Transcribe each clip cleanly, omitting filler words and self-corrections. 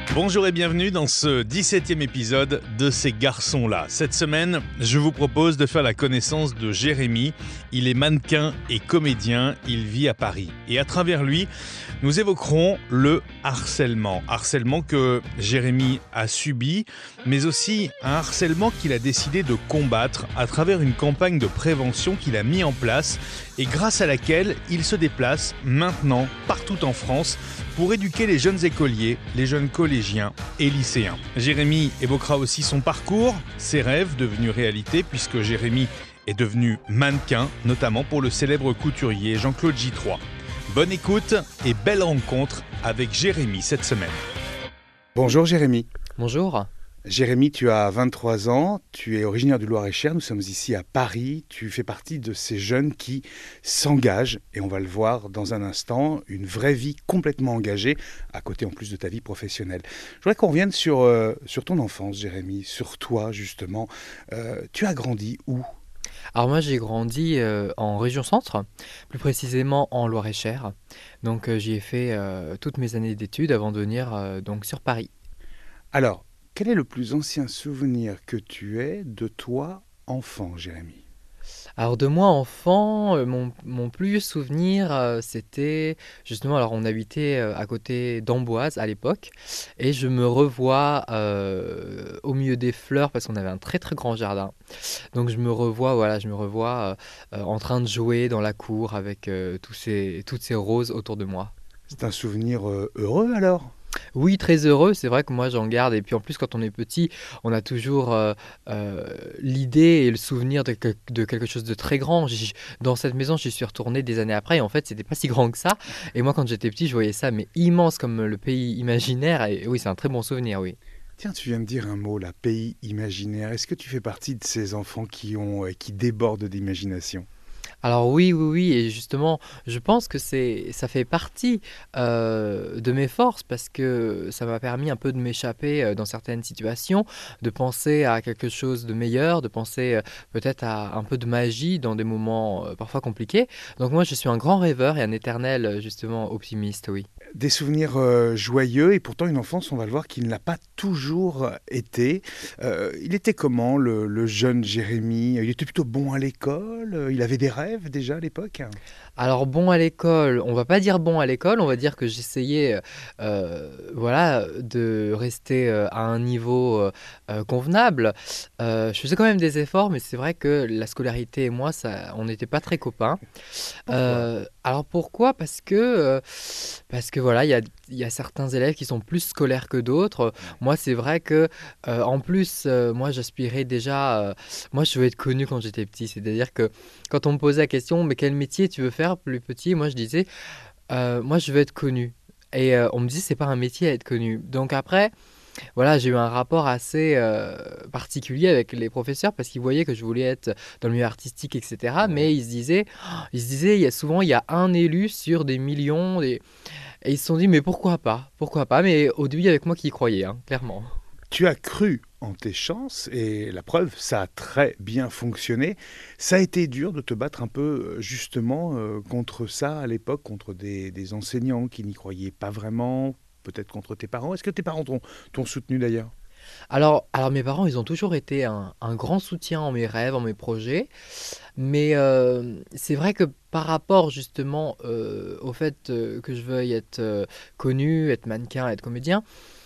Bonjour et bienvenue dans ce 17e épisode de Ces garçons-là. Cette semaine, je vous propose de faire la connaissance de Jérémy. Il est mannequin et comédien, il vit à Paris. Et à travers lui, nous évoquerons le harcèlement. Harcèlement que Jérémy a subi, mais aussi un harcèlement qu'il a décidé de combattre à travers une campagne de prévention qu'il a mis en place et grâce à laquelle il se déplace maintenant partout en France pour éduquer les jeunes écoliers, les jeunes collégiens et lycéens. Jérémy évoquera aussi son parcours, ses rêves devenus réalité puisque Jérémy est devenu mannequin, notamment pour le célèbre couturier Jean-Claude J3. Bonne écoute et belle rencontre avec Jérémy cette semaine. Bonjour Jérémy. Bonjour. Jérémy, tu as 23 ans, tu es originaire du Loir-et-Cher, nous sommes ici à Paris, tu fais partie de ces jeunes qui s'engagent, et on va le voir dans un instant, une vraie vie complètement engagée, à côté en plus de ta vie professionnelle. Je voudrais qu'on revienne sur ton enfance Jérémy, sur toi justement. Tu as grandi où ? Alors moi j'ai grandi en région centre, plus précisément en Loir-et-Cher. Donc j'y ai fait toutes mes années d'études avant de venir donc sur Paris. Alors, quel est le plus ancien souvenir que tu aies de toi, enfant, Jérémy ? Alors de moi enfant, mon plus vieux souvenir c'était justement, alors on habitait à côté d'Amboise à l'époque et je me revois au milieu des fleurs parce qu'on avait un très très grand jardin. Donc je me revois en train de jouer dans la cour avec toutes ces roses autour de moi. C'est un souvenir heureux alors ? Oui, très heureux, c'est vrai que moi j'en garde. Et puis en plus, quand on est petit, on a toujours l'idée et le souvenir de quelque chose de très grand. Dans cette maison, j'y suis retourné des années après et en fait, c'était pas si grand que ça. Et moi, quand j'étais petit, je voyais ça, mais immense comme le pays imaginaire. Et oui, c'est un très bon souvenir, oui. Tiens, tu viens de dire un mot, là, pays imaginaire. Est-ce que tu fais partie de ces enfants qui débordent d'imagination ? Alors oui, et justement, je pense que ça fait partie de mes forces parce que ça m'a permis un peu de m'échapper dans certaines situations, de penser à quelque chose de meilleur, de penser peut-être à un peu de magie dans des moments parfois compliqués. Donc moi, je suis un grand rêveur et un éternel justement optimiste, oui. Des souvenirs joyeux et pourtant une enfance, on va le voir, qui ne l'a pas toujours été. Il était comment le jeune Jérémy ? Il était plutôt bon à l'école ? Il avait des rêves déjà à l'époque ? Alors bon à l'école, on va pas dire bon à l'école, on va dire que j'essayais de rester à un niveau convenable. Je faisais quand même des efforts, mais c'est vrai que la scolarité et moi, on n'était pas très copains. Alors pourquoi ? Parce que voilà, il y a certains élèves qui sont plus scolaires que d'autres. Moi, c'est vrai que en plus, moi j'aspirais déjà. Moi, je veux être connu quand j'étais petit, c'est-à-dire que quand on me posait la question, mais quel métier tu veux faire plus petit ? Moi, je disais, moi, je veux être connu. Et on me dit, c'est pas un métier à être connu. Donc après, voilà, j'ai eu un rapport assez particulier avec les professeurs parce qu'ils voyaient que je voulais être dans le milieu artistique, etc. Mais ils se disaient, il y a un élu sur des millions. Et ils se sont dit, mais pourquoi pas ? Mais au début, il y avait que moi qui y croyais, hein, clairement. Tu as cru en tes chances et la preuve, ça a très bien fonctionné. Ça a été dur de te battre un peu justement contre ça à l'époque, contre des enseignants qui n'y croyaient pas vraiment, peut-être contre tes parents. Est-ce que tes parents t'ont soutenu d'ailleurs ? Alors mes parents, ils ont toujours été un grand soutien en mes rêves, en mes projets. Mais c'est vrai que par rapport justement au fait que je veuille être connu, être mannequin, être comédien,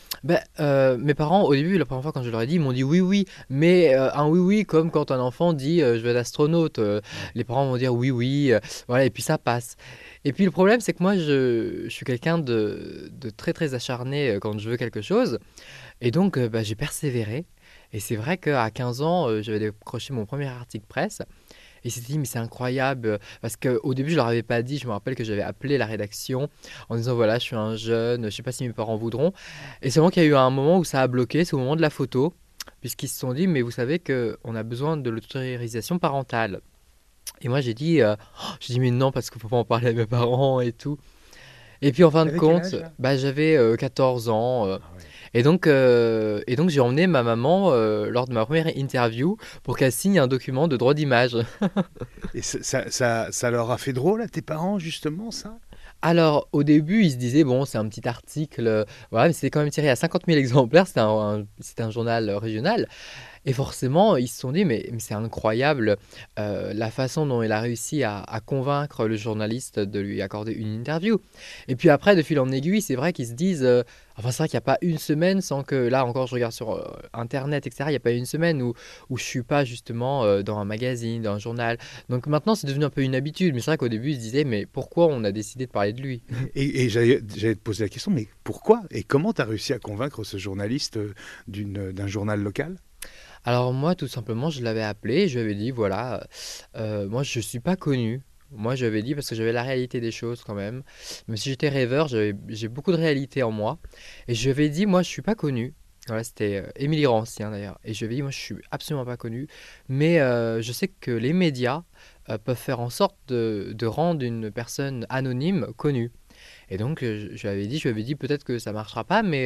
mes parents, au début, la première fois quand je leur ai dit, ils m'ont dit oui, oui, mais un oui, oui, comme quand un enfant dit je veux être astronaute. Les parents vont dire oui, oui, voilà, et puis ça passe. Et puis le problème, c'est que moi, je suis quelqu'un de très, très acharné quand je veux quelque chose. Et donc, j'ai persévéré. Et c'est vrai qu'à 15 ans, j'avais décroché mon premier article presse. Et ils s'étaient dit, mais c'est incroyable, parce qu'au début, je leur avais pas dit, je me rappelle que j'avais appelé la rédaction en disant, voilà, je suis un jeune, je sais pas si mes parents voudront. Et c'est vraiment qu'il y a eu un moment où ça a bloqué, c'est au moment de la photo, puisqu'ils se sont dit, mais vous savez qu'on a besoin de l'autorisation parentale. Et moi, j'ai dit, mais non, parce qu'il faut pas en parler à mes parents et tout. Et puis, en fin de T'avais quel compte, âge là ? j'avais 14 ans. Ah ouais. Et donc j'ai emmené ma maman lors de ma première interview pour qu'elle signe un document de droit d'image. Et ça leur a fait drôle à tes parents, justement, ça? Alors, au début, ils se disaient, bon, c'est un petit article, voilà, mais c'était quand même tiré à 50 000 exemplaires, c'était un journal régional. Et forcément, ils se sont dit, mais c'est incroyable la façon dont il a réussi à convaincre le journaliste de lui accorder une interview. Et puis après, de fil en aiguille, c'est vrai qu'ils se disent, enfin c'est vrai qu'il n'y a pas une semaine sans que, là encore, je regarde sur Internet, etc., il n'y a pas une semaine où je ne suis pas justement dans un magazine, dans un journal. Donc maintenant, c'est devenu un peu une habitude, mais c'est vrai qu'au début, ils se disaient, mais pourquoi on a décidé de parler de lui? Et j'allais te poser la question, mais pourquoi et comment tu as réussi à convaincre ce journaliste d'un journal local? Alors moi, tout simplement, je l'avais appelé, je lui avais dit, voilà, moi je suis pas connu. Moi, je lui avais dit, parce que j'avais la réalité des choses quand même. Même si j'étais rêveur, j'ai beaucoup de réalité en moi. Et je lui avais dit, moi, je suis pas connu. Voilà, c'était Émilie Rancien d'ailleurs. Et je lui avais dit, moi, je suis absolument pas connu. Mais je sais que les médias peuvent faire en sorte de rendre une personne anonyme connue. Et donc, je lui avais dit peut-être que ça marchera pas, mais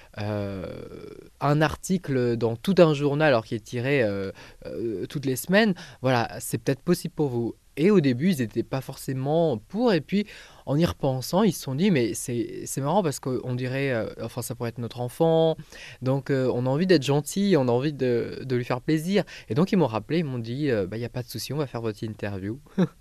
un article dans tout un journal, alors qu'il est tiré toutes les semaines, voilà, c'est peut-être possible pour vous. Et au début, ils n'étaient pas forcément pour. Et puis, en y repensant, ils se sont dit, mais c'est marrant parce qu'on dirait, enfin, ça pourrait être notre enfant. Donc, on a envie d'être gentil, on a envie de lui faire plaisir. Et donc, ils m'ont rappelé, ils m'ont dit, bah, il n'y a pas de souci, on va faire votre interview.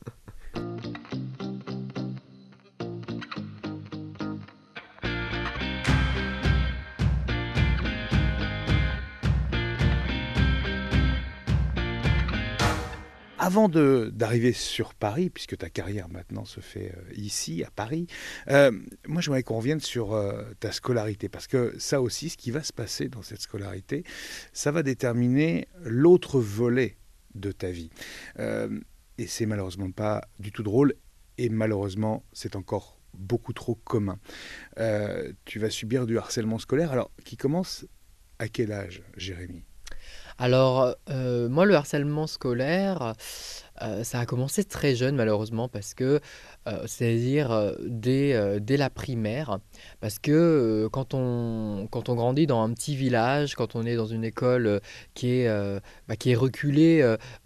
Avant d'arriver sur Paris, puisque ta carrière maintenant se fait ici, à Paris, moi j'aimerais qu'on revienne sur ta scolarité, parce que ça aussi, ce qui va se passer dans cette scolarité, ça va déterminer l'autre volet de ta vie. Et c'est malheureusement pas du tout drôle, et malheureusement c'est encore beaucoup trop commun. Tu vas subir du harcèlement scolaire, alors qui commence à quel âge, Jérémy? Alors, moi, le harcèlement scolaire, ça a commencé très jeune malheureusement parce que, c'est-à-dire, dès la primaire. Parce que, quand on grandit dans un petit village, quand on est dans une école, qui est reculée,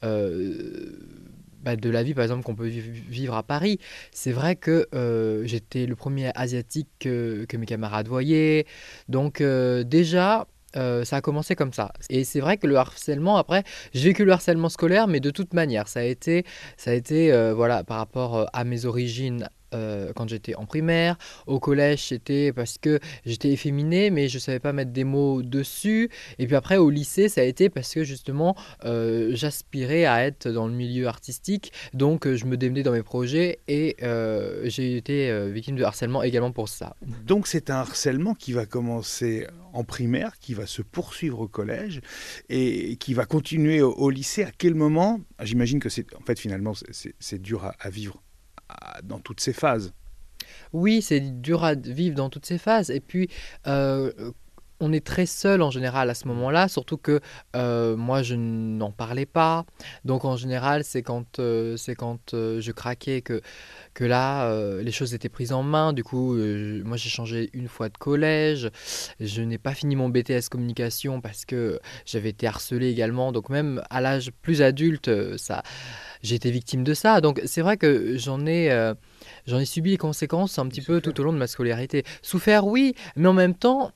de la vie par exemple qu'on peut vivre à Paris. C'est vrai que, j'étais le premier asiatique que mes camarades voyaient. Donc, déjà, ça a commencé comme ça. Et c'est vrai que le harcèlement, après, j'ai vécu le harcèlement scolaire, mais de toute manière, ça a été voilà, par rapport à mes origines. Quand j'étais en primaire, au collège c'était parce que j'étais efféminé mais je savais pas mettre des mots dessus, et puis après au lycée ça a été parce que justement j'aspirais à être dans le milieu artistique, donc je me démenais dans mes projets, et j'ai été victime de harcèlement également pour ça. Donc c'est un harcèlement qui va commencer en primaire, qui va se poursuivre au collège et qui va continuer au lycée. À quel moment? J'imagine que en fait finalement c'est dur à vivre dans toutes ces phases. Oui, c'est dur à vivre dans toutes ces phases. Et puis, euh, on est très seul en général à ce moment-là, surtout que moi, je n'en parlais pas. Donc, en général, c'est quand je craquais que là, les choses étaient prises en main. Du coup, moi, j'ai changé une fois de collège. Je n'ai pas fini mon BTS communication parce que j'avais été harcelé également. Donc, même à l'âge plus adulte, j'ai été victime de ça. Donc, c'est vrai que j'en ai subi les conséquences un petit peu tout au long de ma scolarité. Souffert, oui, mais en même temps,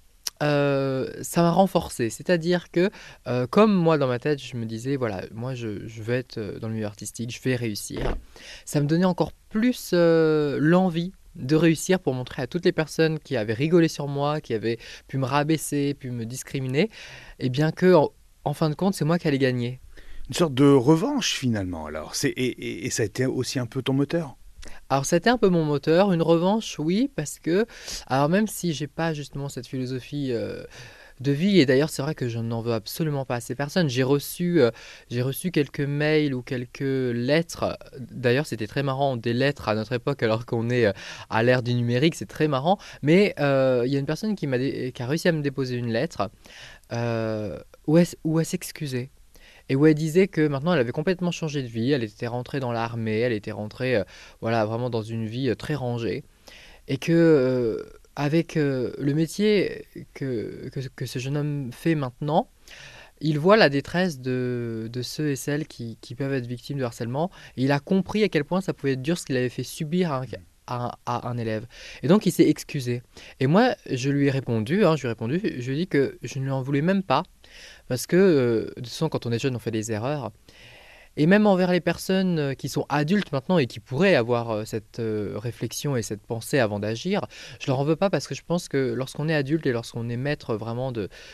ça m'a renforcé. C'est-à-dire que, comme moi dans ma tête, je me disais, voilà, moi je veux être dans le milieu artistique, je vais réussir. Ça me donnait encore plus l'envie de réussir pour montrer à toutes les personnes qui avaient rigolé sur moi, qui avaient pu me rabaisser, pu me discriminer, et bien que, en fin de compte, c'est moi qui allais gagner. Une sorte de revanche finalement alors. Et ça a été aussi un peu ton moteur. Alors c'était un peu mon moteur, une revanche, oui, parce que, alors même si j'ai pas justement cette philosophie de vie, et d'ailleurs c'est vrai que je n'en veux absolument pas à ces personnes, j'ai reçu quelques mails ou quelques lettres, d'ailleurs c'était très marrant, des lettres à notre époque alors qu'on est à l'ère du numérique, c'est très marrant, mais il y a une personne qui a réussi à me déposer une lettre euh, où elle s'excusait. Et où elle disait que maintenant elle avait complètement changé de vie, elle était rentrée dans l'armée, elle était rentrée voilà, vraiment dans une vie très rangée. Et que avec le métier que ce jeune homme fait maintenant, il voit la détresse de ceux et celles qui peuvent être victimes de harcèlement. Et il a compris à quel point ça pouvait être dur ce qu'il avait fait subir à un élève. Et donc il s'est excusé. Et moi, je lui ai répondu, je lui ai dit que je ne lui en voulais même pas. Parce que, de toute façon, quand on est jeune, on fait des erreurs. Et même envers les personnes qui sont adultes maintenant et qui pourraient avoir cette réflexion et cette pensée avant d'agir, je leur en veux pas parce que je pense que lorsqu'on est adulte et lorsqu'on est maître vraiment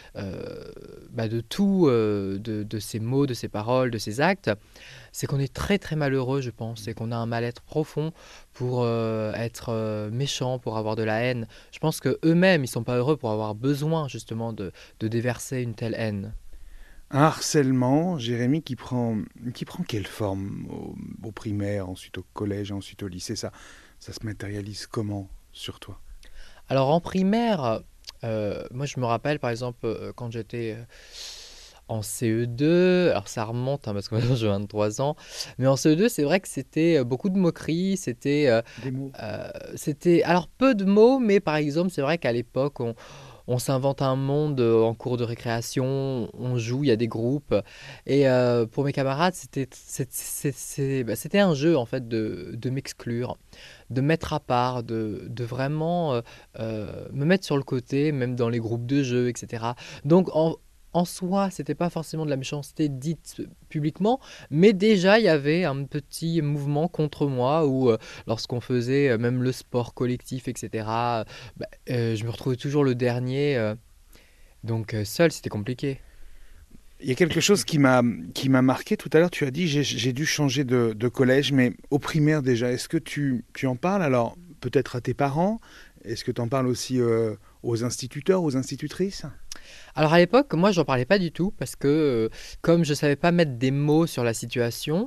de tout, de ses mots, de ses paroles, de ses actes, c'est qu'on est très très malheureux, je pense, et qu'on a un mal-être profond pour être méchant, pour avoir de la haine. Je pense que eux-mêmes, ils sont pas heureux pour avoir besoin justement de déverser une telle haine. Un harcèlement, Jérémy, qui prend quelle forme au primaire, ensuite au collège, ensuite au lycée, ça se matérialise comment sur toi? Alors en primaire, moi je me rappelle par exemple quand j'étais en CE2, alors ça remonte parce que maintenant j'ai 23 ans, mais en CE2 c'est vrai que c'était beaucoup de moqueries, Des mots. c'était alors peu de mots, mais par exemple c'est vrai qu'à l'époque on s'invente un monde en cours de récréation, on joue, il y a des groupes, et pour mes camarades c'était un jeu en fait de m'exclure, de mettre à part, de vraiment me mettre sur le côté, même dans les groupes de jeux, etc. Donc en soi, c'était pas forcément de la méchanceté dite publiquement, mais déjà il y avait un petit mouvement contre moi où lorsqu'on faisait même le sport collectif, etc., je me retrouvais toujours le dernier, donc seul c'était compliqué. Il y a quelque chose qui m'a marqué tout à l'heure. Tu as dit j'ai dû changer de collège, mais au primaire déjà. Est-ce que tu en parles alors peut-être à tes parents? Est-ce que tu en parles aussi aux instituteurs, aux institutrices? Alors à l'époque, moi j'en parlais pas du tout parce que comme je savais pas mettre des mots sur la situation,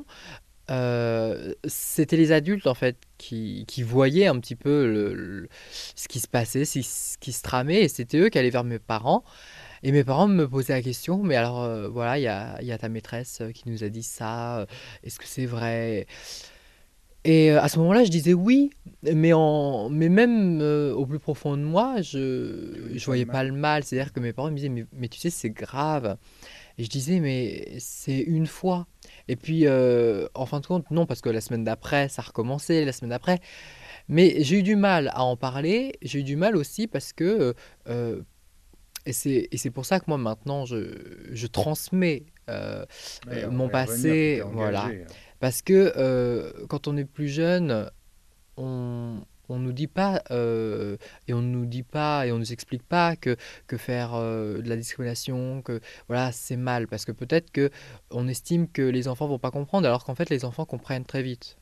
c'était les adultes en fait qui voyaient un petit peu ce qui se passait, ce qui se tramait, et c'était eux qui allaient vers mes parents. Et mes parents me posaient la question, mais alors voilà, il y a ta maîtresse qui nous a dit ça, est-ce que c'est vrai? Et à ce moment-là, je disais oui, mais même au plus profond de moi, Tu voyais je pas le voyais pas mal? le mal. C'est-à-dire que mes parents me disaient, mais tu sais, c'est grave. Et je disais, mais c'est une fois. Et puis, en fin de compte, non, parce que la semaine d'après, ça recommençait, la semaine d'après. Mais j'ai eu du mal à en parler. J'ai eu du mal aussi parce que, euh, et c'est pour ça que moi, maintenant, je transmets Oui, on mon va y revenir, tu t'es passé, voilà. engagé. Parce que quand on est plus jeune, on nous dit pas et on nous dit pas et on nous explique pas que faire de la discrimination, que voilà, c'est mal parce que peut-être que on estime que les enfants vont pas comprendre alors qu'en fait les enfants comprennent très vite.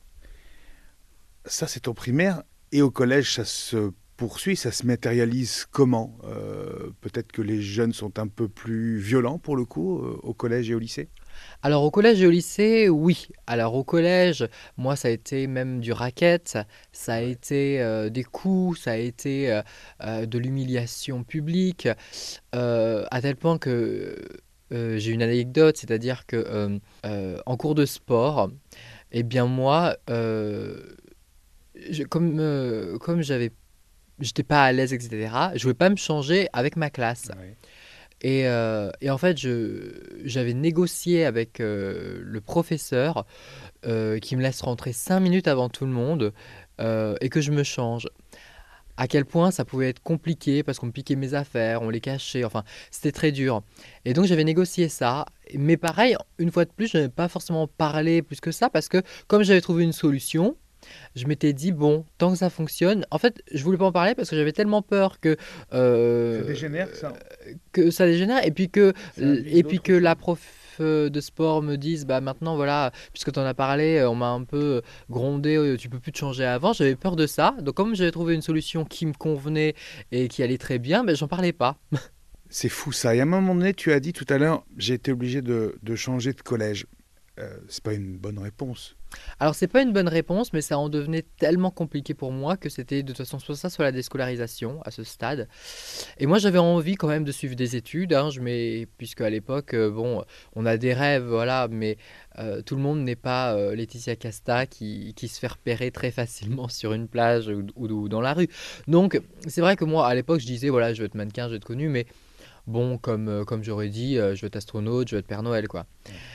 Ça, c'est au primaire. Et au collège, ça se poursuit, ça se matérialise comment? Peut-être que les jeunes sont un peu plus violents pour le coup, au collège et au lycée? Alors au collège et au lycée, oui. Alors au collège, moi ça a été même du racket, ça a Ah ouais. été des coups, ça a été de l'humiliation publique, à tel point que j'ai une anecdote, c'est-à-dire que en cours de sport, eh bien moi, comme j'étais pas à l'aise, etc., je voulais pas me changer avec ma classe. Ouais. Et en fait, j'avais négocié avec le professeur qui me laisse rentrer 5 minutes avant tout le monde et que je me change. À quel point ça pouvait être compliqué parce qu'on me piquait mes affaires, on les cachait, enfin, c'était très dur. Et donc j'avais négocié ça. Mais pareil, une fois de plus, je n'avais pas forcément parlé plus que ça parce que comme j'avais trouvé une solution, je m'étais dit, bon, tant que ça fonctionne, en fait, je voulais pas en parler parce que j'avais tellement peur Ça euh, dégénère, que ça dégénère ça induise et puis que d'autres la choses. prof de sport me dise, bah maintenant, voilà, puisque tu en as parlé, on m'a un peu grondé, tu peux plus te changer avant. J'avais peur de ça. Donc, comme j'avais trouvé une solution qui me convenait et qui allait très bien, ben, j'en parlais pas. C'est fou ça. Et à un moment donné, tu as dit tout à l'heure, j'ai été obligé de changer de collège. c'est pas une bonne réponse. Alors, c'est pas une bonne réponse, mais ça en devenait tellement compliqué pour moi que c'était de toute façon soit ça, soit la déscolarisation à ce stade. Et moi, j'avais envie quand même de suivre des études, hein, puisque à l'époque, bon, on a des rêves, voilà, mais tout le monde n'est pas Laetitia Casta qui se fait repérer très facilement sur une plage ou dans la rue. Donc, c'est vrai que moi, à l'époque, je disais, voilà, je veux être mannequin, je veux être connu, mais bon, comme j'aurais dit, je veux être astronaute, je veux être Père Noël, quoi.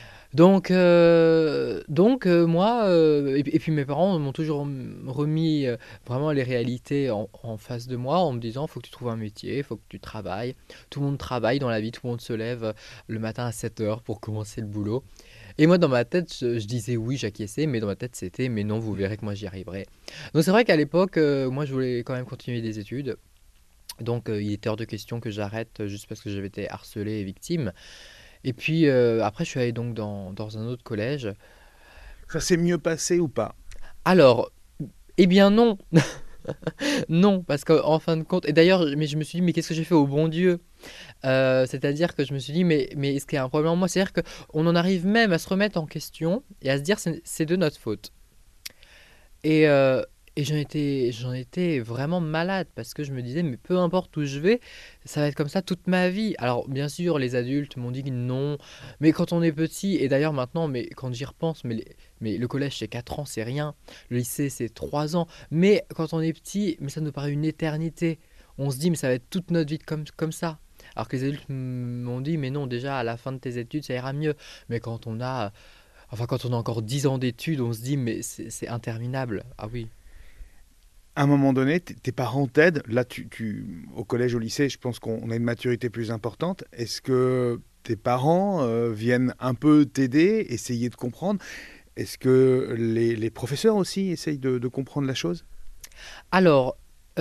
Moi, et puis mes parents m'ont toujours remis vraiment les réalités en face de moi en me disant, faut que tu trouves un métier, faut que tu travailles. Tout le monde travaille dans la vie, tout le monde se lève le matin à 7 heures pour commencer le boulot. Et moi, dans ma tête, je disais oui, j'acquiesçais, mais dans ma tête, c'était, mais non, vous verrez que moi, j'y arriverai. Donc c'est vrai qu'à l'époque, moi, je voulais quand même continuer des études. Donc il était hors de question que j'arrête juste parce que j'avais été harcelé et victime. Et puis après, je suis allé donc dans un autre collège. Ça s'est mieux passé ou pas? Alors, eh bien non, non, parce qu'en fin de compte, et d'ailleurs, mais je me suis dit, mais qu'est-ce que j'ai fait au bon Dieu? C'est-à-dire que je me suis dit, mais est-ce qu'il y a un problème en moi? C'est-à-dire qu'on en arrive même à se remettre en question et à se dire, c'est de notre faute. Et, euh, et j'en étais vraiment malade parce que je me disais, mais peu importe où je vais, ça va être comme ça toute ma vie. Alors, bien sûr, les adultes m'ont dit que non, mais quand on est petit, et d'ailleurs maintenant, mais quand j'y repense, mais le collège c'est 4 ans, c'est rien. Le lycée c'est 3 ans. Mais quand on est petit, mais ça nous paraît une éternité. On se dit, mais ça va être toute notre vie comme ça. Alors que les adultes m'ont dit, mais non, déjà à la fin de tes études, ça ira mieux. Mais quand on a encore 10 ans d'études, on se dit, mais c'est interminable. Ah oui. À un moment donné, tes parents t'aident. Là, au collège, au lycée, je pense qu'on a une maturité plus importante. Est-ce que tes parents viennent un peu t'aider, essayer de comprendre? Est-ce que les professeurs aussi essayent de comprendre la chose? Alors,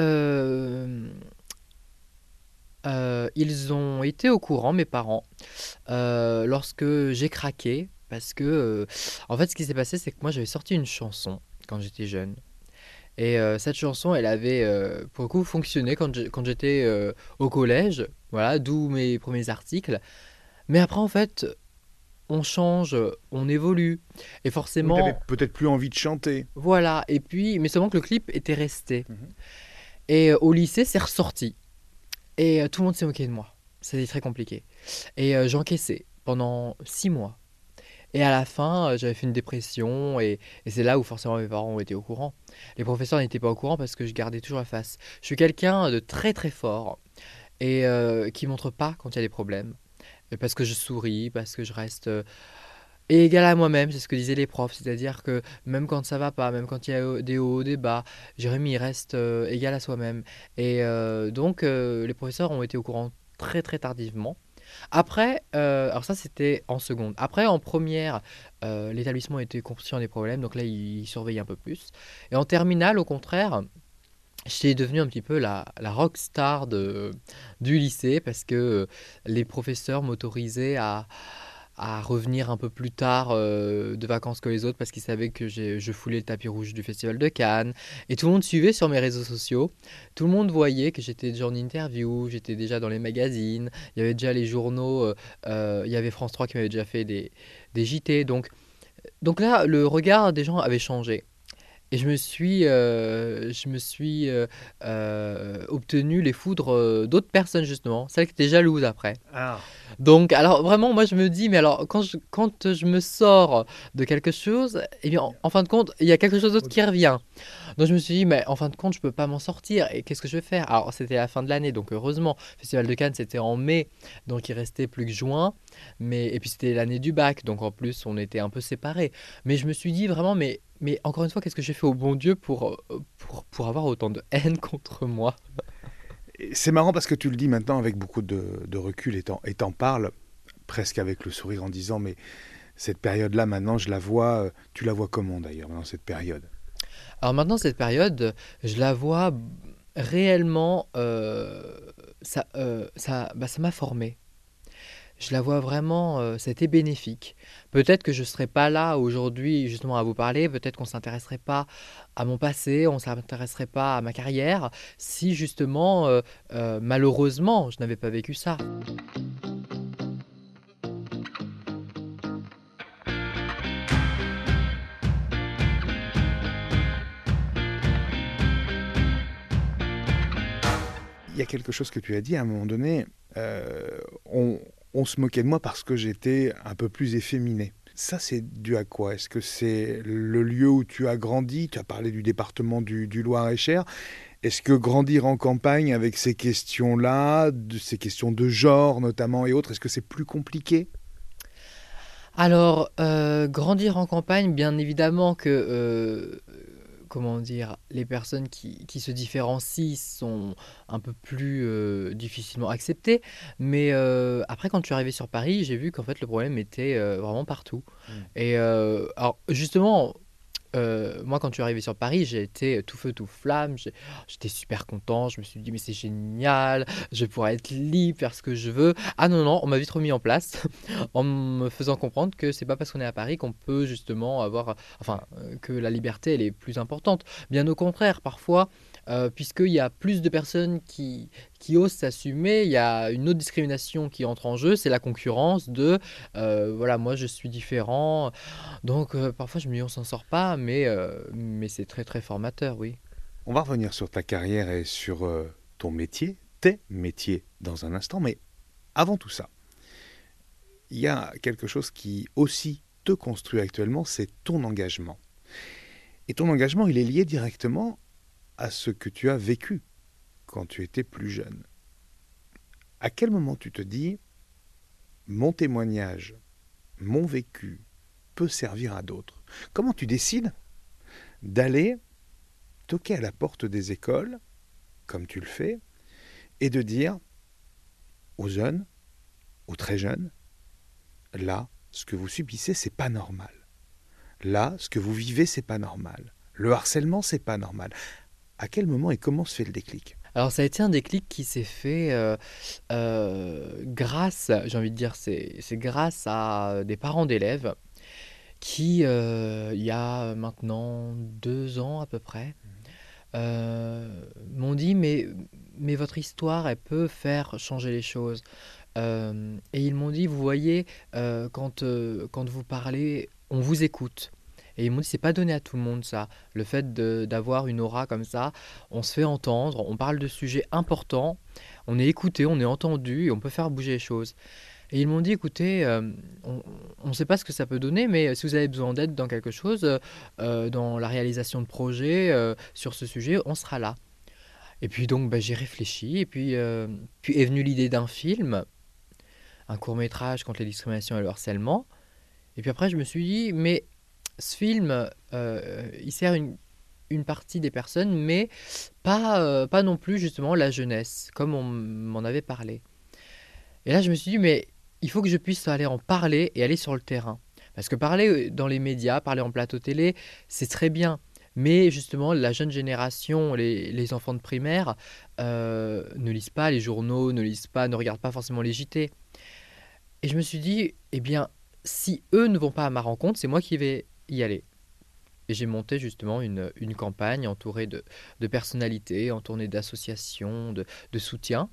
ils ont été au courant, mes parents, lorsque j'ai craqué, parce que, en fait, ce qui s'est passé, c'est que moi, j'avais sorti une chanson quand j'étais jeune. Et cette chanson, elle avait, pour le coup, fonctionné quand j'étais au collège, voilà, d'où mes premiers articles. Mais après, en fait, on change, on évolue, et Oui, t'avais forcément, peut-être plus envie de chanter. voilà. Et puis, mais seulement que le clip était resté. Mhm. Et au lycée, c'est ressorti. Et tout le monde s'est moqué de moi. C'était très compliqué. Et j'encaissais pendant 6 mois. Et à la fin, j'avais fait une dépression et c'est là où forcément mes parents ont été au courant. Les professeurs n'étaient pas au courant parce que je gardais toujours la face. Je suis quelqu'un de très très fort et qui montre pas quand il y a des problèmes. Et parce que je souris, parce que je reste égal à moi-même, c'est ce que disaient les profs. C'est-à-dire que même quand ça va pas, même quand il y a des hauts, des bas, Jérémy il reste égal à soi-même. Et donc les professeurs ont été au courant très très tardivement. Après, alors ça c'était en seconde. Après, en première, l'établissement était conscient des problèmes, donc là il surveillait un peu plus. Et en terminale, au contraire, j'étais devenu un petit peu la rock star du lycée parce que les professeurs m'autorisaient à revenir un peu plus tard de vacances que les autres parce qu'ils savaient que je foulais le tapis rouge du Festival de Cannes. Et tout le monde suivait sur mes réseaux sociaux. Tout le monde voyait que j'étais déjà en interview, j'étais déjà dans les magazines. Il y avait déjà les journaux, il y avait France 3 qui m'avait déjà fait des JT. Donc là, le regard des gens avait changé. Et je me suis obtenu les foudres d'autres personnes justement, celles qui étaient jalouses après. Ah. Donc, alors vraiment, moi je me dis, mais alors quand je me sors de quelque chose, eh bien en fin de compte, il y a quelque chose d'autre qui revient. Donc je me suis dit, mais en fin de compte, je peux pas m'en sortir. Et qu'est-ce que je vais faire? Alors c'était la fin de l'année, donc heureusement, le Festival de Cannes c'était en mai, donc il restait plus que juin. Et puis c'était l'année du bac, donc en plus on était un peu séparés. Mais je me suis dit vraiment, mais encore une fois, qu'est-ce que j'ai fait au bon Dieu pour avoir autant de haine contre moi? Et c'est marrant parce que tu le dis maintenant avec beaucoup de recul et t'en parles presque avec le sourire en disant mais cette période-là maintenant je la vois, tu la vois comment d'ailleurs dans cette période? Alors maintenant, cette période, je la vois réellement, ça m'a formé. Je la vois vraiment, c'était bénéfique. Peut-être que je ne serais pas là aujourd'hui justement à vous parler, peut-être qu'on ne s'intéresserait pas à mon passé, on ne s'intéresserait pas à ma carrière, si justement, malheureusement, je n'avais pas vécu ça. y a quelque chose que tu as dit à un moment donné, on se moquait de moi parce que j'étais un peu plus efféminé. Ça, c'est dû à quoi? Est-ce que c'est le lieu où tu as grandi? Tu as parlé du département du Loir-et-Cher. Est-ce que grandir en campagne avec ces questions-là, ces questions de genre notamment et autres, est-ce que c'est plus compliqué? Alors, grandir en campagne, bien évidemment que, comment dire, les personnes qui se différencient sont un peu plus difficilement acceptées. Mais après, quand je suis arrivé sur Paris, j'ai vu qu'en fait, le problème était vraiment partout. Mm. Et alors, justement, moi, quand je suis arrivé sur Paris, j'ai été tout feu, tout flamme. J'étais super content. Je me suis dit, mais c'est génial, je pourrais être libre, faire ce que je veux. Ah non, non, on m'a vite remis en place en me faisant comprendre que c'est pas parce qu'on est à Paris qu'on peut justement avoir, enfin, que la liberté, elle est plus importante. Bien au contraire, parfois, puisqu'il y a plus de personnes qui osent s'assumer, il y a une autre discrimination qui entre en jeu, c'est la concurrence de, voilà, moi je suis différent. Donc parfois je me dis on s'en sort pas, mais c'est très très formateur, oui. On va revenir sur ta carrière et sur ton métier, tes métiers dans un instant, mais avant tout ça, il y a quelque chose qui aussi te construit actuellement, c'est ton engagement. Et ton engagement, il est lié directement à ce que tu as vécu quand tu étais plus jeune. À quel moment tu te dis, mon témoignage, mon vécu peut servir à d'autres? Comment tu décides d'aller toquer à la porte des écoles, comme tu le fais, et de dire aux jeunes, aux très jeunes, là, ce que vous subissez, c'est pas normal. Là, ce que vous vivez, c'est pas normal. Le harcèlement, c'est pas normal. À quel moment et comment se fait le déclic? Alors ça a été un déclic qui s'est fait grâce, j'ai envie de dire, c'est grâce à des parents d'élèves qui, il y a maintenant 2 ans à peu près, m'ont dit mais votre histoire, elle peut faire changer les choses. Et ils m'ont dit, vous voyez, quand vous parlez, on vous écoute. Et ils m'ont dit, c'est pas donné à tout le monde ça. Le fait d'avoir une aura comme ça, on se fait entendre, on parle de sujets importants, on est écouté, on est entendu et on peut faire bouger les choses. Et ils m'ont dit, écoutez, on ne sait pas ce que ça peut donner, mais si vous avez besoin d'aide dans quelque chose, dans la réalisation de projets sur ce sujet, on sera là. Et puis donc, bah, j'ai réfléchi, et puis est venue l'idée d'un film, un court-métrage contre les discriminations et le harcèlement. Et puis après, je me suis dit, mais ce film, il sert une partie des personnes, mais pas non plus justement la jeunesse, comme on m'en avait parlé. Et là, je me suis dit, mais il faut que je puisse aller en parler et aller sur le terrain. Parce que parler dans les médias, parler en plateau télé, c'est très bien. Mais justement, la jeune génération, les enfants de primaire, ne lisent pas les journaux, ne lisent pas, ne regardent pas forcément les JT. Et je me suis dit, eh bien, si eux ne vont pas à ma rencontre, c'est moi qui vais y aller. Et j'ai monté justement une campagne entourée de personnalités, entourée d'associations, de soutien.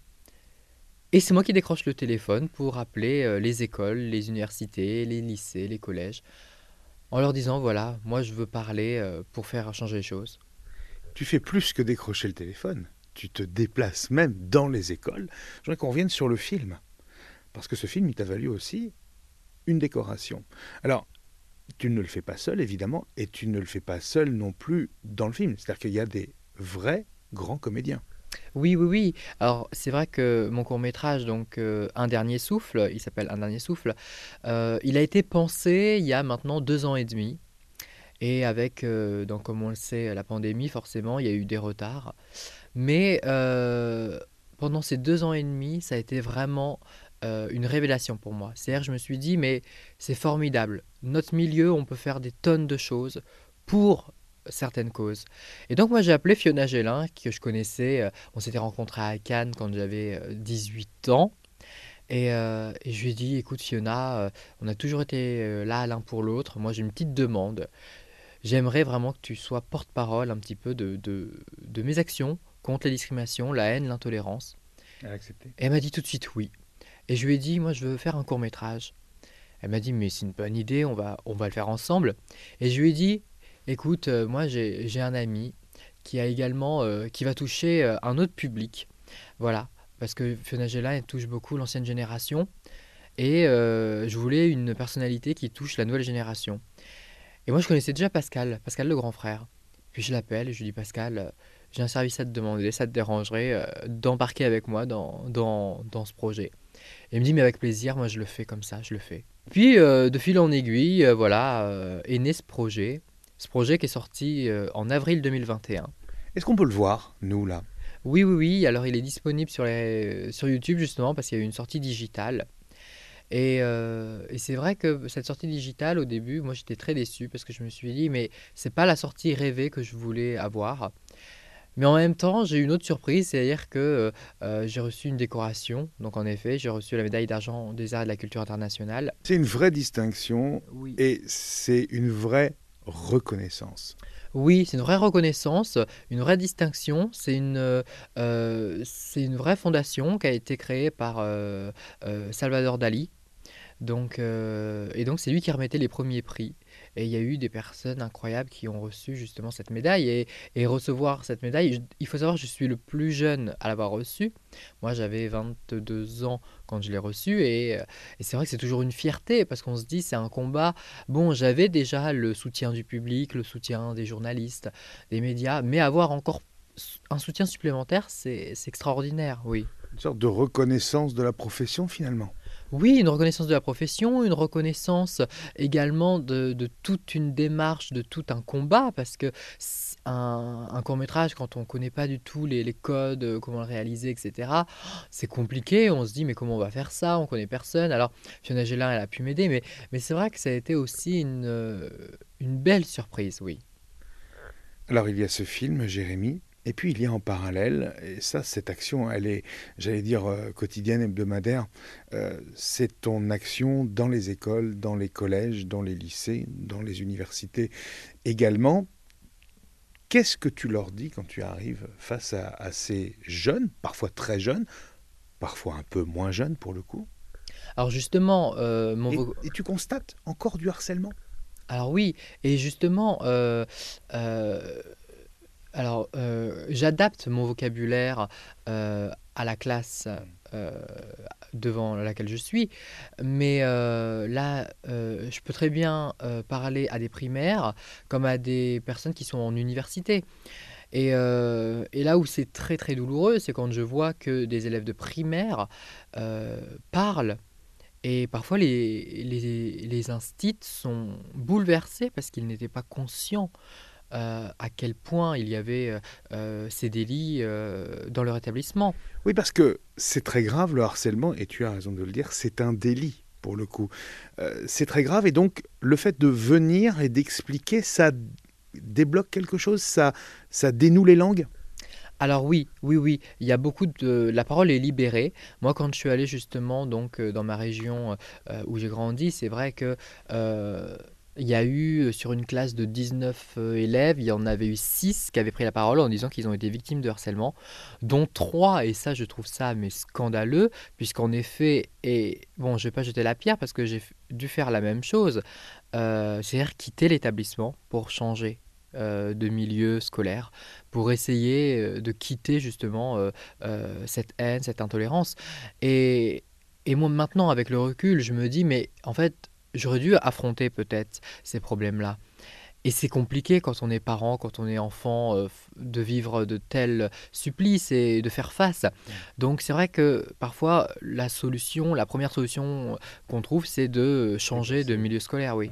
Et c'est moi qui décroche le téléphone pour appeler les écoles, les universités, les lycées, les collèges, en leur disant, voilà, moi je veux parler pour faire changer les choses. Tu fais plus que décrocher le téléphone. Tu te déplaces même dans les écoles. Je voudrais qu'on revienne sur le film. Parce que ce film, il t'a valu aussi une décoration. Alors, tu ne le fais pas seul, évidemment, et tu ne le fais pas seul non plus dans le film. C'est-à-dire qu'il y a des vrais grands comédiens. Oui, oui, oui. Alors, c'est vrai que mon court-métrage, donc Un dernier souffle, il s'appelle Un dernier souffle, il a été pensé il y a maintenant 2 ans et demi. Et avec, donc comme on le sait, la pandémie, forcément, il y a eu des retards. Mais pendant ces 2 ans et demi, ça a été vraiment une révélation pour moi. C'est-à-dire, je me suis dit, mais c'est formidable. Notre milieu, on peut faire des tonnes de choses pour certaines causes. Et donc, moi, j'ai appelé Fiona Gélin, que je connaissais. On s'était rencontrés à Cannes quand j'avais 18 ans. Et je lui ai dit, écoute Fiona, on a toujours été là l'un pour l'autre. Moi, j'ai une petite demande. J'aimerais vraiment que tu sois porte-parole un petit peu de mes actions contre les discriminations, la haine, l'intolérance. Elle a accepté. Et elle m'a dit tout de suite oui. Et je lui ai dit, moi je veux faire un court-métrage. Elle m'a dit, mais c'est une bonne idée, on va le faire ensemble. Et je lui ai dit, écoute, moi j'ai un ami qui a également, qui va toucher un autre public. Voilà, parce que Fiona Gela, elle touche beaucoup l'ancienne génération et je voulais une personnalité qui touche la nouvelle génération. Et moi, je connaissais déjà Pascal, Pascal le grand frère. Puis je l'appelle et je lui dis Pascal, j'ai un service à te demander, ça te dérangerait d'embarquer avec moi dans ce projet. Et il me dit mais avec plaisir, moi je le fais comme ça, je le fais. Puis de fil en aiguille, voilà, est né ce projet qui est sorti en avril 2021. Est-ce qu'on peut le voir, nous, là? Oui, oui, oui, alors il est disponible sur YouTube justement parce qu'il y a eu une sortie digitale. Et c'est vrai que cette sortie digitale, au début, moi j'étais très déçu parce que je me suis dit, mais c'est pas la sortie rêvée que je voulais avoir. Mais en même temps, j'ai eu une autre surprise, c'est-à-dire que j'ai reçu une décoration. Donc en effet, j'ai reçu la médaille d'argent des arts et de la culture internationale. C'est une vraie distinction Oui. et c'est une vraie reconnaissance. Oui, c'est une vraie reconnaissance, une vraie distinction. C'est une vraie fondation qui a été créée par Salvador Dali. Donc c'est lui qui remettait les premiers prix. Et il y a eu des personnes incroyables qui ont reçu justement cette médaille. Et recevoir cette médaille, il faut savoir que je suis le plus jeune à l'avoir reçue. Moi, j'avais 22 ans quand je l'ai reçue. Et c'est vrai que c'est toujours une fierté parce qu'on se dit c'est un combat. Bon, j'avais déjà le soutien du public, le soutien des journalistes, des médias, mais avoir encore un soutien supplémentaire, c'est extraordinaire, oui. Une sorte de reconnaissance de la profession, finalement. Oui, une reconnaissance de la profession, une reconnaissance également de toute une démarche, de tout un combat, parce que un court-métrage, quand on ne connaît pas du tout les codes, comment le réaliser, etc., c'est compliqué, on se dit mais comment on va faire ça, on connaît personne. Alors Fiona Gélin, elle a pu m'aider, mais c'est vrai que ça a été aussi une belle surprise, oui. Alors, il y a ce film, Jérémie, et puis il y a en parallèle, et ça, cette action, elle est, j'allais dire, quotidienne, hebdomadaire, c'est ton action dans les écoles, dans les collèges, dans les lycées, dans les universités également. Qu'est-ce que tu leur dis quand tu arrives face à ces jeunes, parfois très jeunes, parfois un peu moins jeunes pour le coup, Alors justement, et tu constates encore du harcèlement? alors oui, et justement, j'adapte mon vocabulaire à la classe euh, devant laquelle je suis, mais là, je peux très bien parler à des primaires comme à des personnes qui sont en université. Et là où c'est très très douloureux, c'est quand je vois que des élèves de primaire parlent. Et parfois, les instits sont bouleversés parce qu'ils n'étaient pas conscients à quel point il y avait ces délits dans leur établissement. Oui, parce que c'est très grave le harcèlement, et tu as raison de le dire, c'est un délit pour le coup. C'est très grave, et donc le fait de venir et d'expliquer, ça débloque quelque chose, ça dénoue les langues. Alors oui, oui, oui, il y a beaucoup de... La parole est libérée. Moi, quand je suis allé justement donc, dans ma région où j'ai grandi, c'est vrai que... il y a eu sur une classe de 19 élèves, il y en avait eu 6 qui avaient pris la parole en disant qu'ils ont été victimes de harcèlement, dont 3, et ça je trouve ça mais scandaleux, puisqu'en effet, et bon je vais pas jeter la pierre parce que j'ai dû faire la même chose, c'est-à-dire quitter l'établissement pour changer de milieu scolaire, pour essayer de quitter justement cette haine, cette intolérance. Et, et moi maintenant avec le recul, je me dis mais en fait j'aurais dû affronter peut-être ces problèmes-là. Et c'est compliqué quand on est parent, quand on est enfant, de vivre de tels supplices et de faire face. Donc c'est vrai que parfois la solution, la première solution qu'on trouve, c'est de changer de milieu scolaire, oui.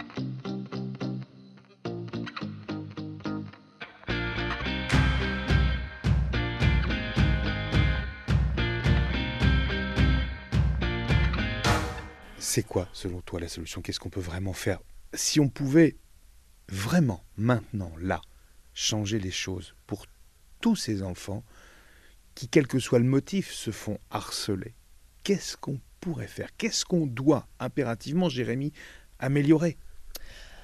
C'est quoi, selon toi, la solution? Qu'est-ce qu'on peut vraiment faire? Si on pouvait vraiment, maintenant, là, changer les choses pour tous ces enfants qui, quel que soit le motif, se font harceler, qu'est-ce qu'on pourrait faire? Qu'est-ce qu'on doit impérativement, Jérémy, améliorer?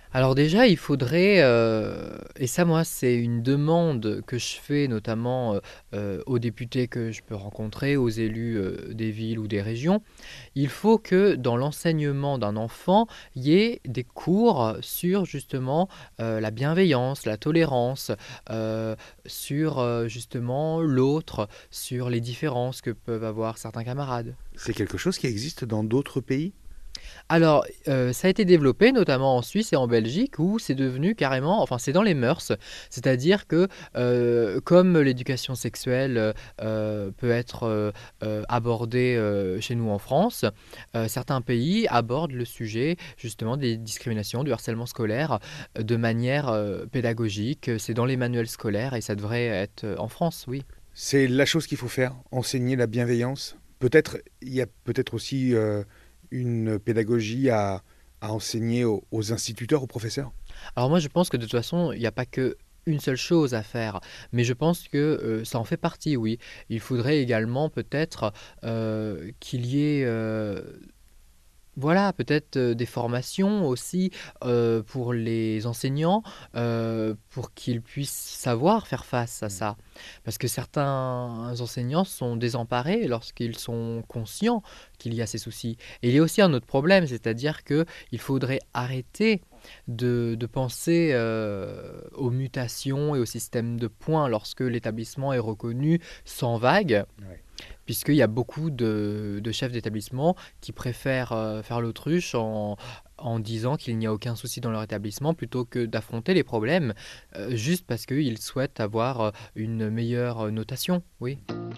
Alors déjà, il faudrait, et ça moi c'est une demande que je fais notamment aux députés que je peux rencontrer, aux élus des villes ou des régions, il faut que dans l'enseignement d'un enfant, il y ait des cours sur justement la bienveillance, la tolérance, sur justement l'autre, sur les différences que peuvent avoir certains camarades. C'est quelque chose qui existe dans d'autres pays? Alors, ça a été développé notamment en Suisse et en Belgique où c'est devenu carrément enfin, c'est dans les mœurs. C'est-à-dire que, comme l'éducation sexuelle, peut être, abordée, chez nous en France, certains pays abordent le sujet justement des discriminations, du harcèlement scolaire, de manière, pédagogique. C'est dans les manuels scolaires et ça devrait être, en France, oui. C'est la chose qu'il faut faire, enseigner la bienveillance. Peut-être, il y a peut-être aussi une pédagogie à enseigner aux instituteurs, aux professeurs. Alors moi, je pense que de toute façon, il n'y a pas que une seule chose à faire, mais je pense que ça en fait partie, oui. Il faudrait également peut-être qu'il y ait, voilà, peut-être des formations aussi pour les enseignants, pour qu'ils puissent savoir faire face à ça. Parce que certains enseignants sont désemparés lorsqu'ils sont conscients qu'il y a ces soucis. Et il y a aussi un autre problème, c'est-à-dire qu'il faudrait arrêter de penser aux mutations et au système de points lorsque l'établissement est reconnu sans vague. Ouais. Puisqu'il y a beaucoup de chefs d'établissement qui préfèrent faire l'autruche en disant qu'il n'y a aucun souci dans leur établissement plutôt que d'affronter les problèmes juste parce qu'ils souhaitent avoir une meilleure notation. Oui.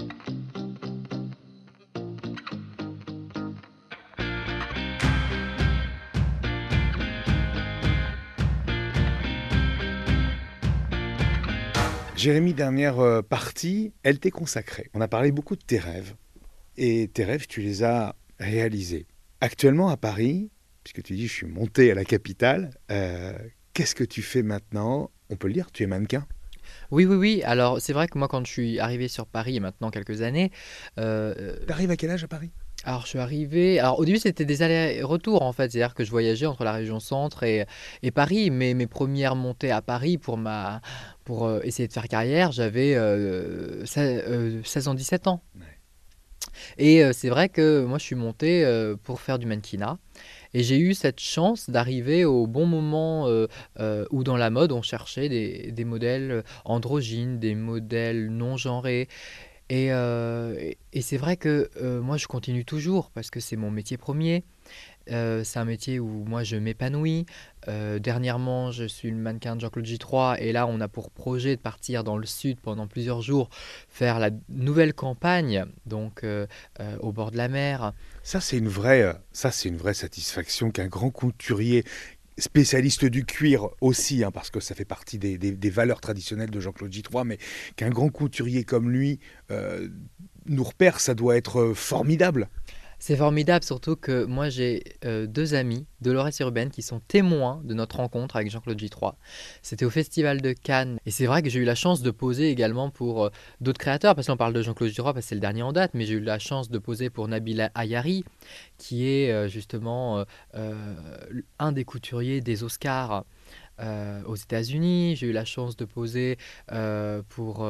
Jérémy, dernière partie, elle t'est consacrée. On a parlé beaucoup de tes rêves. Et tes rêves, tu les as réalisés. Actuellement à Paris, puisque tu dis je suis monté à la capitale, qu'est-ce que tu fais maintenant? On peut le dire, tu es mannequin. Oui, oui, oui. Alors, c'est vrai que moi, quand je suis arrivé sur Paris il y a maintenant quelques années, T'arrives à quel âge à Paris? alors je suis arrivé. Alors, au début, c'était des allers-retours en fait. C'est-à-dire que je voyageais entre la région centre et Paris. Mais mes premières montées à Paris pour essayer de faire carrière, j'avais 16 ans, 17 ans. Ouais. Et c'est vrai que moi, je suis monté pour faire du mannequinat. Et j'ai eu cette chance d'arriver au bon moment où dans la mode, on cherchait des modèles androgynes, des modèles non genrés. Et c'est vrai que moi, je continue toujours parce que c'est mon métier premier. C'est un métier où moi je m'épanouis. Dernièrement, je suis le mannequin de Jean-Claude J3 et là, on a pour projet de partir dans le sud pendant plusieurs jours, faire la nouvelle campagne, donc au bord de la mer. Ça, c'est une vraie satisfaction qu'un grand couturier, spécialiste du cuir aussi, hein, parce que ça fait partie des valeurs traditionnelles de Jean-Claude J3, mais qu'un grand couturier comme lui nous repère, ça doit être formidable. C'est formidable, surtout que moi j'ai deux amis, Dolores et Ruben, qui sont témoins de notre rencontre avec Jean-Claude J3. C'était au Festival de Cannes. Et c'est vrai que j'ai eu la chance de poser également pour d'autres créateurs, parce qu'on parle de Jean-Claude J3 parce que c'est le dernier en date, mais j'ai eu la chance de poser pour Nabila Ayari, qui est justement un des couturiers des Oscars aux États-Unis. J'ai eu la chance de poser pour,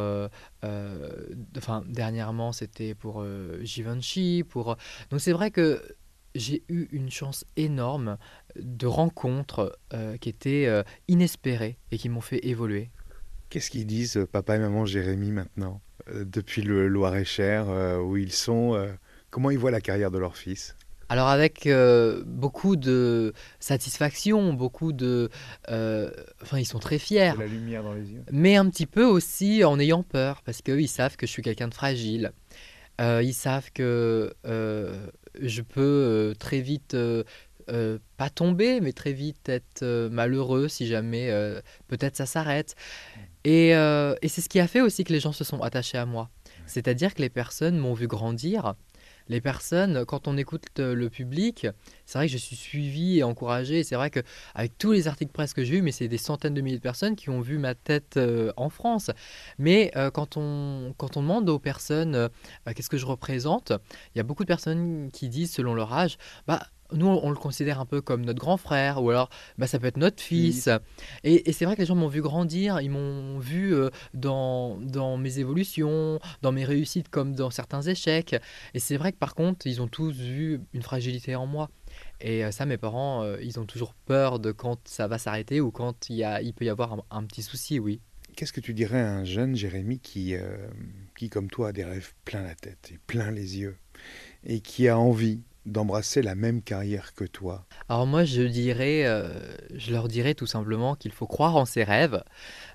enfin dernièrement c'était pour Givenchy. Donc c'est vrai que j'ai eu une chance énorme de rencontres qui étaient inespérées et qui m'ont fait évoluer. Qu'est-ce qu'ils disent, papa et maman Jérémy, maintenant, depuis le Loir-et-Cher, où ils sont comment ils voient la carrière de leur fils? Alors avec beaucoup de satisfaction, beaucoup de... enfin, ils sont très fiers, De la lumière dans les yeux. mais un petit peu aussi en ayant peur, parce qu'eux, ils savent que je suis quelqu'un de fragile. Ils savent que je peux très vite, pas tomber, mais très vite être malheureux si jamais peut-être ça s'arrête. Et c'est ce qui a fait aussi que les gens se sont attachés à moi. C'est-à-dire que les personnes m'ont vu grandir. Les personnes, quand on écoute le public, c'est vrai que je suis suivi et encouragé. Et c'est vrai qu'avec tous les articles presse que j'ai eus, mais c'est des centaines de milliers de personnes qui ont vu ma tête en France. Mais quand on demande aux personnes qu'est-ce que je représente, il y a beaucoup de personnes qui disent, selon leur âge, bah, nous, on le considère un peu comme notre grand frère, ou alors ça peut être notre fils. Et c'est vrai que les gens m'ont vu grandir, ils m'ont vu dans mes évolutions, dans mes réussites comme dans certains échecs. Et c'est vrai que par contre, ils ont tous vu une fragilité en moi. Et ça, mes parents, ils ont toujours peur de quand ça va s'arrêter ou quand il peut y avoir un petit souci, oui. Qu'est-ce que tu dirais à un jeune Jérémy qui, comme toi, a des rêves plein la tête et plein les yeux et qui a envie d'embrasser la même carrière que toi? Alors moi, je leur dirais tout simplement qu'il faut croire en ses rêves,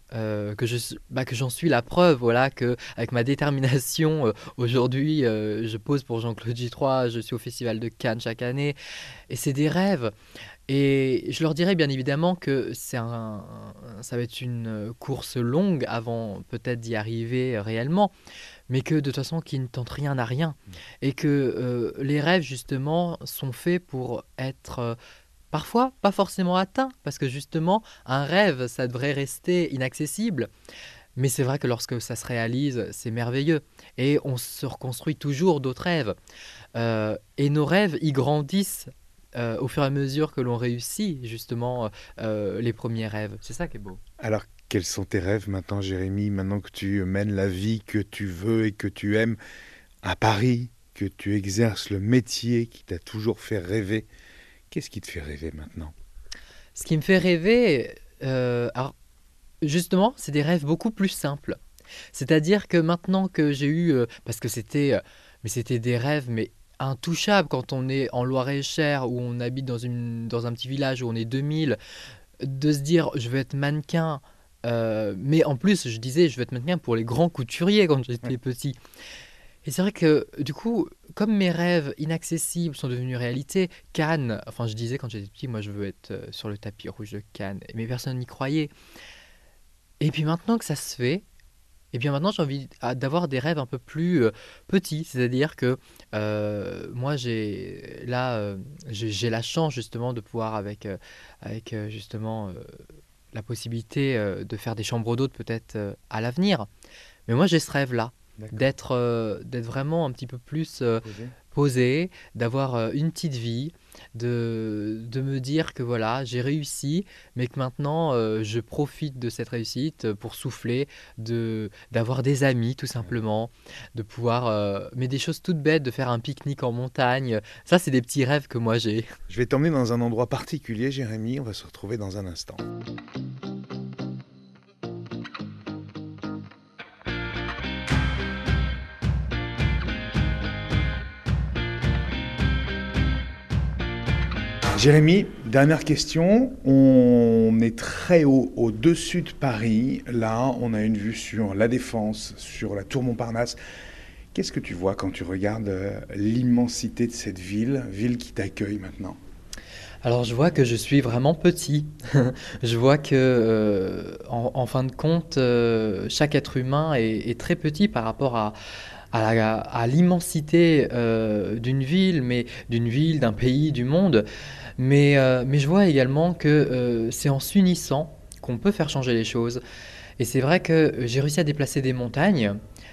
que j'en suis la preuve, voilà, que avec ma détermination, aujourd'hui, je pose pour Jean-Claude J3, je suis au Festival de Cannes chaque année, et c'est des rêves. Et je leur dirais bien évidemment que ça va être une course longue avant peut-être d'y arriver réellement, mais que de toute façon, qui ne tente rien à rien. Et que les rêves, justement, sont faits pour être parfois pas forcément atteints, parce que justement, un rêve, ça devrait rester inaccessible. Mais c'est vrai que lorsque ça se réalise, c'est merveilleux. Et on se reconstruit toujours d'autres rêves. Et nos rêves, ils grandissent au fur et à mesure que l'on réussit, justement, les premiers rêves. C'est ça qui est beau. Alors, quels sont tes rêves maintenant, Jérémy, maintenant que tu mènes la vie que tu veux et que tu aimes à Paris, que tu exerces le métier qui t'a toujours fait rêver? Qu'est-ce qui te fait rêver maintenant? Ce qui me fait rêver, alors justement, c'est des rêves beaucoup plus simples. C'est-à-dire que maintenant que j'ai eu, parce que c'était des rêves, mais intouchables quand on est en Loir-et-Cher, où on habite dans un petit village où on est 2000, de se dire je veux être mannequin, mais en plus je disais je veux être mannequin pour les grands couturiers quand j'étais petit. Et c'est vrai que du coup, comme mes rêves inaccessibles sont devenus réalité, Cannes, enfin je disais quand j'étais petit, moi je veux être sur le tapis rouge de Cannes, mais personne n'y croyait. Et puis maintenant que ça se fait, et bien maintenant j'ai envie d'avoir des rêves un peu plus petits, c'est-à-dire que moi j'ai la chance justement de pouvoir avec justement la possibilité de faire des chambres d'hôtes peut-être à l'avenir. Mais moi j'ai ce rêve-là, D'accord. d'être vraiment un petit peu plus Posé. posé, d'avoir une petite vie, de me dire que voilà, j'ai réussi, mais que maintenant je profite de cette réussite pour souffler, d'avoir des amis tout simplement, de pouvoir, mais des choses toutes bêtes, de faire un pique-nique en montagne. Ça, c'est des petits rêves que moi j'ai. Je vais t'emmener dans un endroit particulier, Jérémy. On va se retrouver dans un instant. Jérémy, dernière question. On est très haut, au-dessus de Paris. Là, on a une vue sur la Défense, sur la tour Montparnasse. Qu'est-ce que tu vois quand tu regardes l'immensité de cette ville qui t'accueille maintenant? Alors je vois que je suis vraiment petit. Je vois que en fin de compte, chaque être humain est très petit par rapport à l'immensité d'une ville, mais d'une ville, d'un pays, du monde. Mais je vois également que c'est en s'unissant qu'on peut faire changer les choses. Et c'est vrai que j'ai réussi à déplacer des montagnes.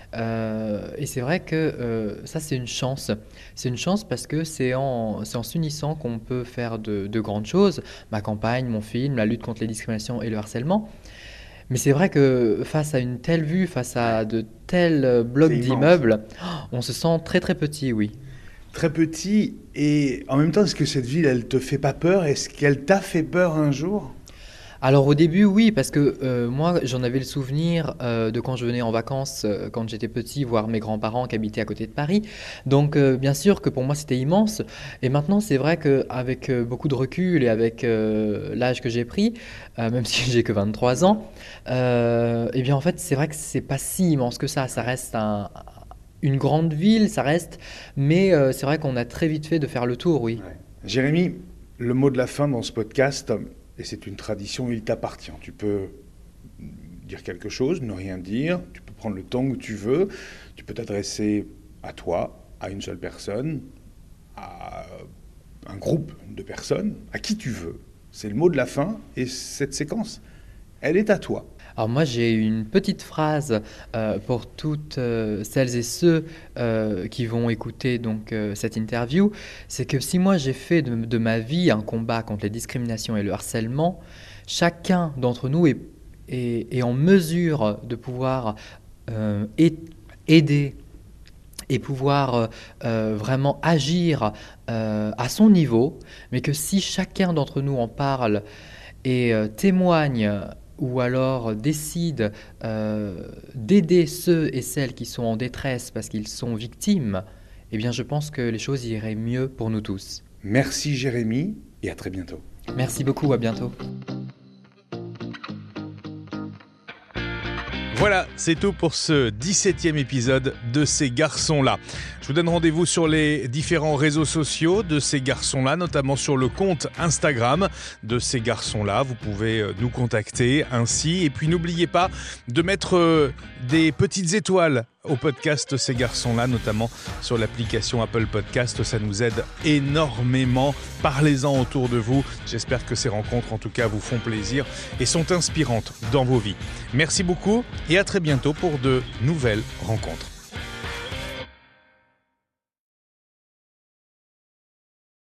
Et c'est vrai que ça, c'est une chance. C'est une chance parce que c'est en s'unissant qu'on peut faire de grandes choses. Ma campagne, mon film, la lutte contre les discriminations et le harcèlement. Mais c'est vrai que face à une telle vue, face à de tels blocs C'est immense. d'immeubles, on se sent très très petit, oui. Très petit, et en même temps, est-ce que cette ville, elle te fait pas peur? Est-ce qu'elle t'a fait peur un jour? Alors au début, oui, parce que moi, j'en avais le souvenir de quand je venais en vacances, quand j'étais petit, voir mes grands-parents qui habitaient à côté de Paris. Donc bien sûr que pour moi, c'était immense. Et maintenant, c'est vrai qu'avec beaucoup de recul et avec l'âge que j'ai pris, même si j'ai que 23 ans, eh bien en fait, c'est vrai que c'est pas si immense que ça. Ça reste une grande ville, ça reste, mais c'est vrai qu'on a très vite fait de faire le tour, oui. Ouais. Jérémy, le mot de la fin dans ce podcast, et c'est une tradition, il t'appartient. Tu peux dire quelque chose, ne rien dire, tu peux prendre le temps que tu veux, tu peux t'adresser à toi, à une seule personne, à un groupe de personnes, à qui tu veux. C'est le mot de la fin, et cette séquence, elle est à toi. Alors moi, j'ai une petite phrase pour toutes celles et ceux qui vont écouter donc cette interview. C'est que si moi j'ai fait de ma vie un combat contre les discriminations et le harcèlement, chacun d'entre nous est en mesure de pouvoir aider et pouvoir vraiment agir à son niveau, mais que si chacun d'entre nous en parle et témoigne ou alors décide d'aider ceux et celles qui sont en détresse parce qu'ils sont victimes, eh bien je pense que les choses iraient mieux pour nous tous. Merci Jérémy et à très bientôt. Merci beaucoup, à bientôt. Voilà, c'est tout pour ce 17e épisode de Ces garçons-là. Je vous donne rendez-vous sur les différents réseaux sociaux de Ces garçons-là, notamment sur le compte Instagram de Ces garçons-là. Vous pouvez nous contacter ainsi. Et puis n'oubliez pas de mettre des petites étoiles au podcast Ces garçons-là, notamment sur l'application Apple Podcast. Ça nous aide énormément. Parlez-en autour de vous. J'espère que ces rencontres, en tout cas, vous font plaisir et sont inspirantes dans vos vies. Merci beaucoup et à très bientôt pour de nouvelles rencontres.